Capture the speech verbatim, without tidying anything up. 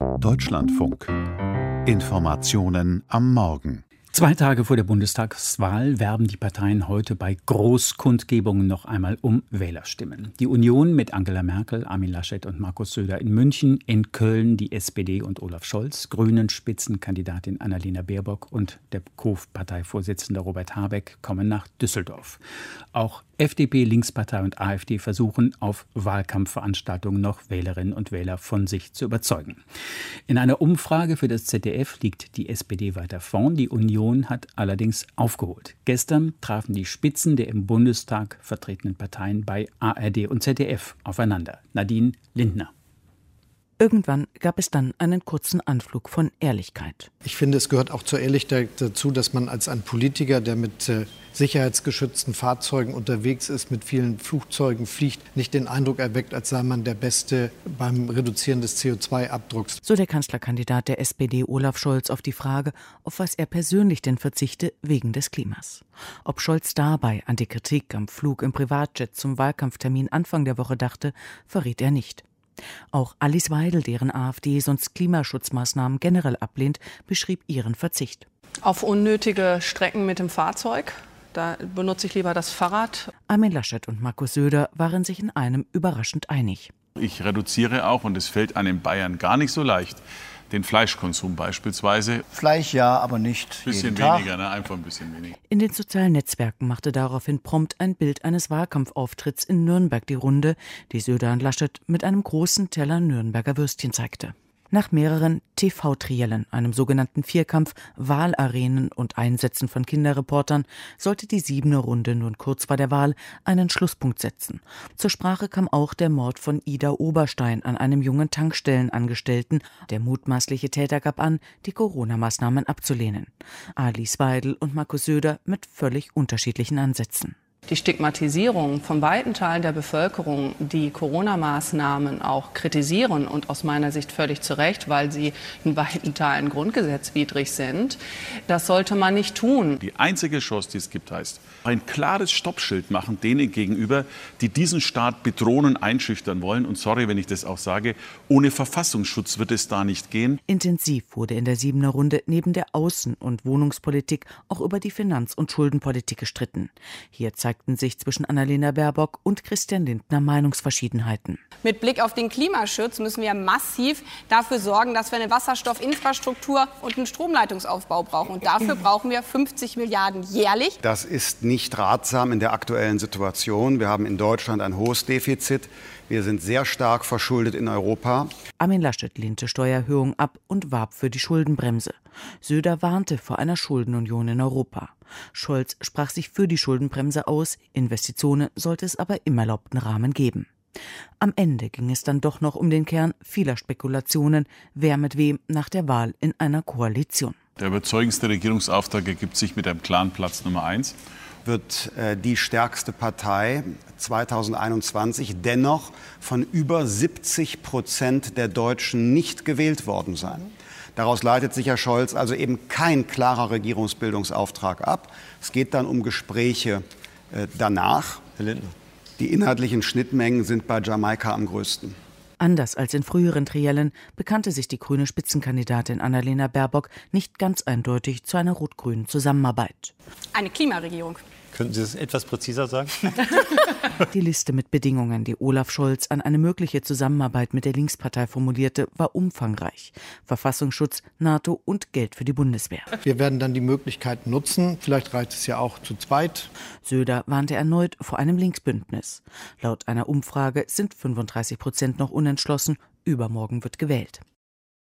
Deutschlandfunk. Informationen am Morgen. Zwei Tage vor der Bundestagswahl werben die Parteien heute bei Großkundgebungen noch einmal um Wählerstimmen. Die Union mit Angela Merkel, Armin Laschet und Markus Söder in München, in Köln die S P D und Olaf Scholz, Grünen-Spitzenkandidatin Annalena Baerbock und der C O V-Parteivorsitzende Robert Habeck kommen nach Düsseldorf. Auch F D P, Linkspartei und A f D versuchen, auf Wahlkampfveranstaltungen noch Wählerinnen und Wähler von sich zu überzeugen. In einer Umfrage für das Z D F liegt die S P D weiter vorn. Die Union hat allerdings aufgeholt. Gestern trafen die Spitzen der im Bundestag vertretenen Parteien bei A R D und Z D F aufeinander. Nadine Lindner. Irgendwann gab es dann einen kurzen Anflug von Ehrlichkeit. Ich finde, es gehört auch zur Ehrlichkeit dazu, dass man als ein Politiker, der mit äh, sicherheitsgeschützten Fahrzeugen unterwegs ist, mit vielen Flugzeugen fliegt, nicht den Eindruck erweckt, als sei man der Beste beim Reduzieren des C O zwei Abdrucks. So der Kanzlerkandidat der S P D Olaf Scholz auf die Frage, auf was er persönlich denn verzichte wegen des Klimas. Ob Scholz dabei an die Kritik am Flug im Privatjet zum Wahlkampftermin Anfang der Woche dachte, verriet er nicht. Auch Alice Weidel, deren A f D sonst Klimaschutzmaßnahmen generell ablehnt, beschrieb ihren Verzicht. Auf unnötige Strecken mit dem Fahrzeug, da benutze ich lieber das Fahrrad. Armin Laschet und Markus Söder waren sich in einem überraschend einig. Ich reduziere auch, und es fällt einem Bayern gar nicht so leicht, den Fleischkonsum beispielsweise. Fleisch ja, aber nicht Ein bisschen jeden Tag. weniger, ne? Einfach ein bisschen weniger. In den sozialen Netzwerken machte daraufhin prompt ein Bild eines Wahlkampfauftritts in Nürnberg die Runde, die Söder und Laschet mit einem großen Teller Nürnberger Würstchen zeigte. Nach mehreren T V-Triellen, einem sogenannten Vierkampf, Wahlarenen und Einsätzen von Kinderreportern, sollte die siebene Runde nun kurz vor der Wahl einen Schlusspunkt setzen. Zur Sprache kam auch der Mord von Ida Oberstein an einem jungen Tankstellenangestellten. Der mutmaßliche Täter gab an, die Corona-Maßnahmen abzulehnen. Alice Weidel und Markus Söder mit völlig unterschiedlichen Ansätzen. Die Stigmatisierung von weiten Teilen der Bevölkerung, die Corona-Maßnahmen auch kritisieren und aus meiner Sicht völlig zu Recht, weil sie in weiten Teilen grundgesetzwidrig sind, das sollte man nicht tun. Die einzige Chance, die es gibt, heißt, ein klares Stoppschild machen denen gegenüber, die diesen Staat bedrohen und einschüchtern wollen. Und sorry, wenn ich das auch sage, ohne Verfassungsschutz wird es da nicht gehen. Intensiv wurde in der siebener Runde neben der Außen- und Wohnungspolitik auch über die Finanz- und Schuldenpolitik gestritten. Hier zeigten sich zwischen Annalena Baerbock und Christian Lindner Meinungsverschiedenheiten. Mit Blick auf den Klimaschutz müssen wir massiv dafür sorgen, dass wir eine Wasserstoffinfrastruktur und einen Stromleitungsaufbau brauchen. Und dafür brauchen wir fünfzig Milliarden jährlich. Das ist nicht ratsam in der aktuellen Situation. Wir haben in Deutschland ein hohes Defizit. Wir sind sehr stark verschuldet in Europa. Armin Laschet lehnte Steuererhöhungen ab und warb für die Schuldenbremse. Söder warnte vor einer Schuldenunion in Europa. Scholz sprach sich für die Schuldenbremse aus. Investitionen sollte es aber im erlaubten Rahmen geben. Am Ende ging es dann doch noch um den Kern vieler Spekulationen, wer mit wem nach der Wahl in einer Koalition. Der überzeugendste Regierungsauftrag ergibt sich mit einem klaren Platz Nummer eins. Wird äh, die stärkste Partei zweitausendeinundzwanzig dennoch von über siebzig Prozent der Deutschen nicht gewählt worden sein. Daraus leitet sich Herr Scholz also eben kein klarer Regierungsbildungsauftrag ab. Es geht dann um Gespräche äh, danach. Herr Lindner. Die inhaltlichen Schnittmengen sind bei Jamaika am größten. Anders als in früheren Triellen bekannte sich die grüne Spitzenkandidatin Annalena Baerbock nicht ganz eindeutig zu einer rot-grünen Zusammenarbeit. Eine Klimaregierung. Könnten Sie das etwas präziser sagen? Die Liste mit Bedingungen, die Olaf Scholz an eine mögliche Zusammenarbeit mit der Linkspartei formulierte, war umfangreich. Verfassungsschutz, NATO und Geld für die Bundeswehr. Wir werden dann die Möglichkeit nutzen. Vielleicht reicht es ja auch zu zweit. Söder warnte erneut vor einem Linksbündnis. Laut einer Umfrage sind fünfunddreißig Prozent noch unentschlossen. Übermorgen wird gewählt.